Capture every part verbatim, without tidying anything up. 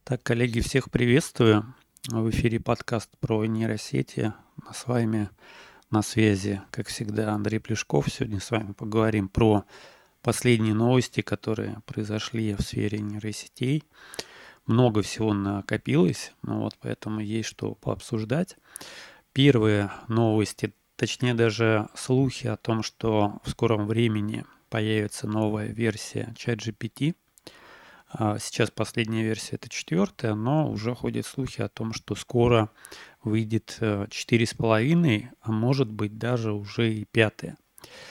Так, коллеги, всех приветствую. В эфире подкаст про нейросети. С вами на связи, как всегда, Андрей Плешков. Сегодня с вами поговорим про последние новости, которые произошли в сфере нейросетей. Много всего накопилось, ну вот, поэтому есть что пообсуждать. Первые новости, точнее даже слухи о том, что в скором времени появится новая версия ChatGPT. Сейчас последняя версия это четвертая, но уже ходят слухи о том, что скоро выйдет четыре с половиной, а может быть даже уже и пятая.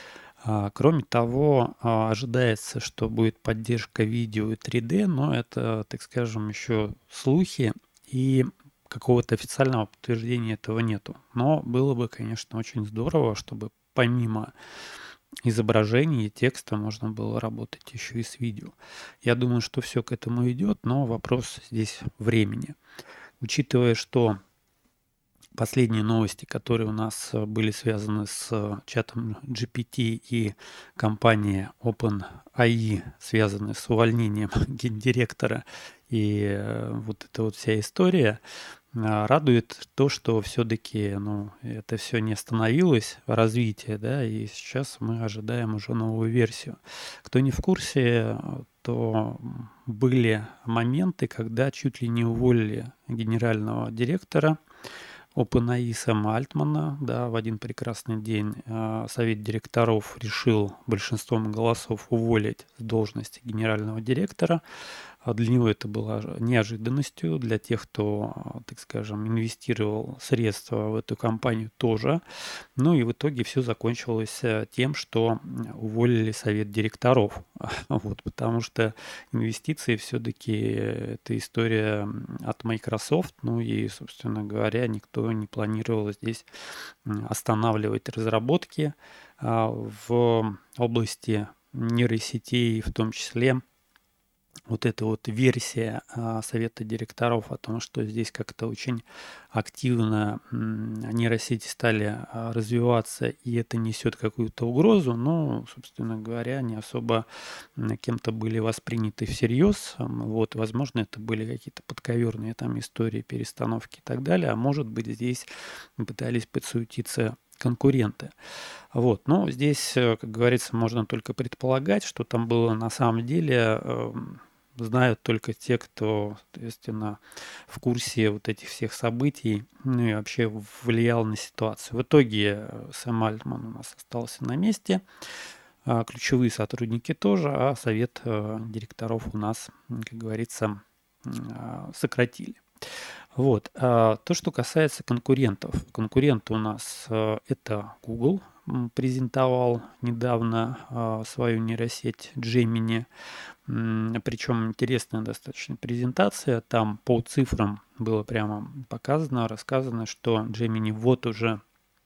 Кроме того, ожидается, что будет поддержка видео и три дэ, но это, так скажем, еще слухи, и какого-то официального подтверждения этого нету. Но было бы, конечно, очень здорово, чтобы помимо изображений и текста можно было работать еще и с видео. Я думаю, что все к этому идет, но вопрос здесь времени. Учитывая, что последние новости, которые у нас были связаны с чатом джи пи ти и компанией OpenAI, связаны с увольнением гендиректора и вот эта вот вся история, радует то, что все-таки ну, это все не остановилось, развитие, да, и сейчас мы ожидаем уже новую версию. Кто не в курсе, то были моменты, когда чуть ли не уволили генерального директора OpenAI Сэма Альтмана, да, в один прекрасный день э, совет директоров решил большинством голосов уволить с должности генерального директора. А для него это было неожиданностью, для тех, кто, так скажем, инвестировал средства в эту компанию тоже. Ну и в итоге все закончилось тем, что уволили совет директоров. Вот, потому что инвестиции все-таки это история от Microsoft. Ну и, собственно говоря, никто не планировал здесь останавливать разработки в области нейросетей, в том числе вот эта вот версия а, совета директоров о том, что здесь как-то очень активно м, нейросети стали а, развиваться, и это несет какую-то угрозу, но, собственно говоря, не особо м, кем-то были восприняты всерьез. М, Вот, возможно, это были какие-то подковерные там истории, перестановки и так далее, а может быть, здесь пытались подсуетиться конкуренты. Вот. Но здесь, э, как говорится, можно только предполагать, что там было на самом деле, эм, знают только те, кто, соответственно, в курсе вот этих всех событий, ну и вообще влиял на ситуацию. В итоге э, Сэм Альтман у нас остался на месте, а ключевые сотрудники тоже, а совет э, директоров у нас, м, как говорится, м, а, сократили. Вот. а То, что касается конкурентов. Конкуренты у нас э, это Google, м, презентовал недавно а, свою нейросеть Gemini. М, Причем интересная достаточно презентация. Там по цифрам было прямо показано, рассказано, что Gemini вот уже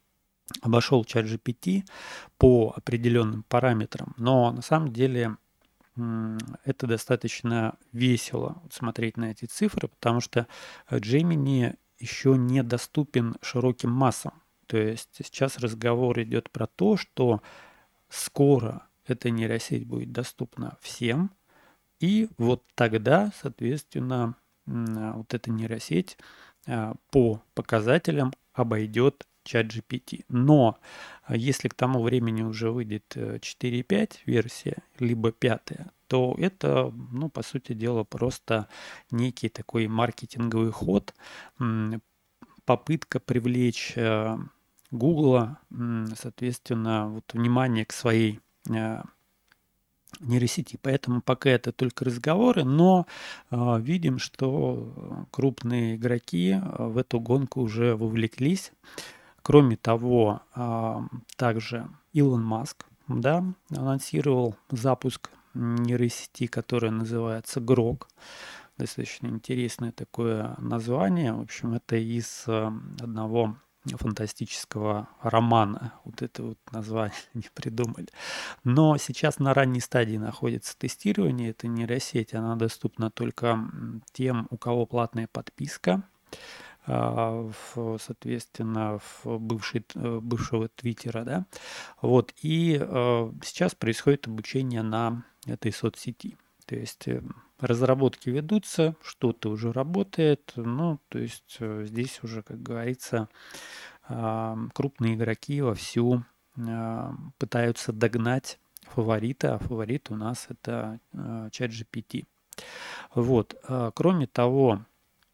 обошел ChatGPT по определенным параметрам, но на самом деле м, это достаточно весело вот смотреть на эти цифры, потому что э, Gemini еще не доступен широким массам. То есть сейчас разговор идет про то, что скоро эта нейросеть будет доступна всем, и вот тогда, соответственно, м, а, вот эта нейросеть а, по показателям обойдет ChatGPT. Но а, если к тому времени уже выйдет э, четыре и пять версия, либо пятая, то это, ну, по сути дела, просто некий такой маркетинговый ход, м, попытка привлечь э, Google, соответственно, вот внимание к своей э, нейросети. Поэтому пока это только разговоры, но а, видим, что крупные игроки а, в эту гонку уже вовлеклись. Кроме того, а, также Илон Маск, да, анонсировал запуск нейросети, которая называется Грок. Достаточно интересное такое название. В общем, это из а, одного фантастического романа. Вот это вот название не придумали. Но сейчас на ранней стадии находится тестирование. Это нейросеть, она доступна только м, тем, у кого платная подписка. а, в, соответственно, в бывший, т- э, бывшего Твиттера, да. Вот. И э, сейчас происходит обучение на этой соцсети. То есть э, разработки ведутся, что-то уже работает. Ну, то есть э, здесь уже, как говорится, а, крупные игроки вовсю а, пытаются догнать фаворита, а фаворит у нас это а, ChatGPT. Вот. а, Кроме того,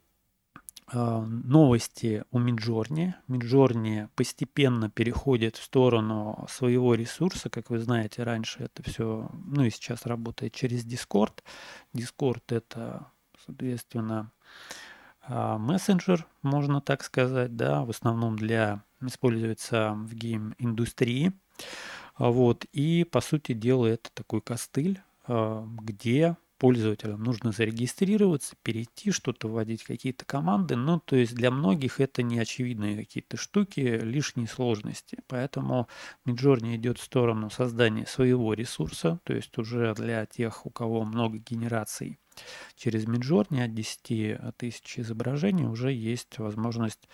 а, новости у Midjourney. Midjourney постепенно переходит в сторону своего ресурса. Как вы знаете, раньше это все, ну и сейчас работает через Discord. Discord это, соответственно, а, мессенджер, можно так сказать, да, в основном для используется в гейм-индустрии. А, Вот, и по сути дела это такой костыль, а, где пользователям нужно зарегистрироваться, перейти, что-то вводить, какие-то команды. Ну, то есть для многих это не очевидные какие-то штуки, лишние сложности. Поэтому Midjourney идет в сторону создания своего ресурса, то есть уже для тех, у кого много генераций через Midjourney от десяти тысяч изображений уже есть возможность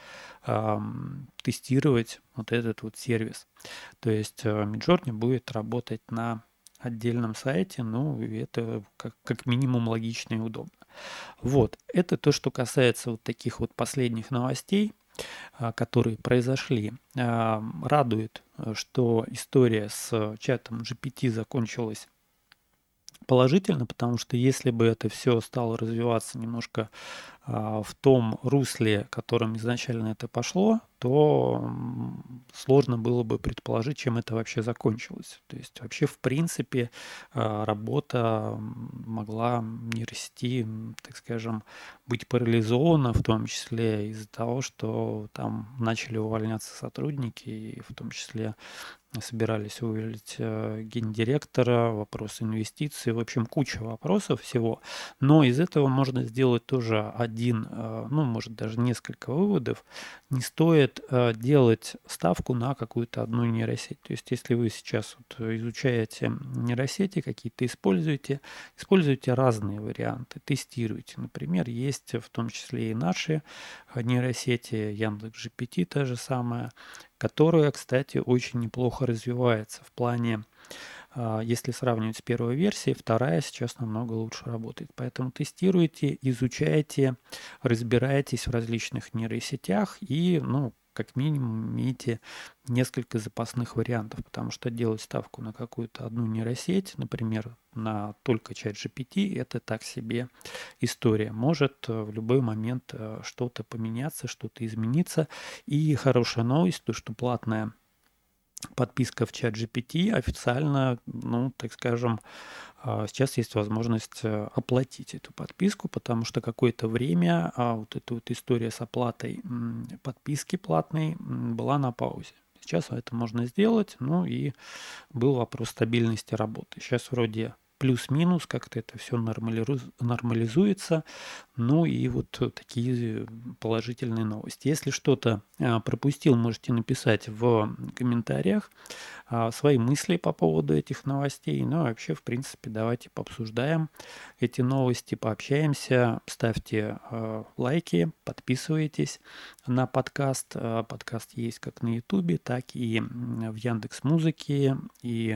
ам, тестировать вот этот вот сервис. То есть э, Midjourney будет работать на отдельном сайте, ну, и это как, как минимум логично и удобно. Вот, это то, что касается вот таких вот последних новостей, а, которые произошли. А, Радует, э, что история с чатом джи пи ти закончилась положительно, потому что если бы это все стало развиваться немножко а, в том русле, которым изначально это пошло, то м, сложно было бы предположить, чем это вообще закончилось. То есть вообще, в принципе, а, работа м, могла нейросети, м, так скажем, быть парализована, в том числе из-за того, что там начали увольняться сотрудники, и в том числе собирались уволить э, гендиректора, вопрос инвестиций, в общем, куча вопросов всего. Но из этого можно сделать тоже один, э, ну, может, даже несколько выводов. Не стоит э, делать ставку на какую-то одну нейросеть. То есть, если вы сейчас вот изучаете нейросети, какие-то используете, используйте разные варианты, тестируйте. Например, есть в том числе и наши нейросети, Яндекс.Джи Пи Ти та же самая, которая, кстати, очень неплохо развивается в плане, а, если сравнивать с первой версией, вторая сейчас намного лучше работает. Поэтому тестируйте, изучайте, разбирайтесь в различных нейросетях и, ну, как минимум имейте несколько запасных вариантов, потому что делать ставку на какую-то одну нейросеть, например, на только чат джи пи ти, это так себе история. Может э, в любой момент э, что-то поменяться, что-то измениться. И хорошая новость, то что платная подписка в чат джи пи ти официально, ну, так скажем, а, сейчас есть возможность э, оплатить эту подписку, потому что какое-то время а, вот эта вот история с оплатой м, подписки платной м, была на паузе. Сейчас это можно сделать, ну и был вопрос стабильности работы. Сейчас вроде плюс-минус как-то это все нормализуется. Ну и вот такие положительные новости. Если что-то а, пропустил, можете написать в комментариях а, свои мысли по поводу этих новостей. Ну а вообще, в принципе, давайте пообсуждаем эти новости, пообщаемся. Ставьте а, лайки, подписывайтесь на подкаст. А, подкаст есть как на Ютубе, так и в Яндекс.Музыке и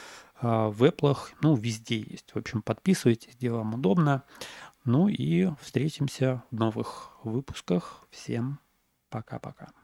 а, в Apple, ну, везде есть. В общем, подписывайтесь, где вам удобно. Ну и встретимся в новых выпусках. Всем пока-пока.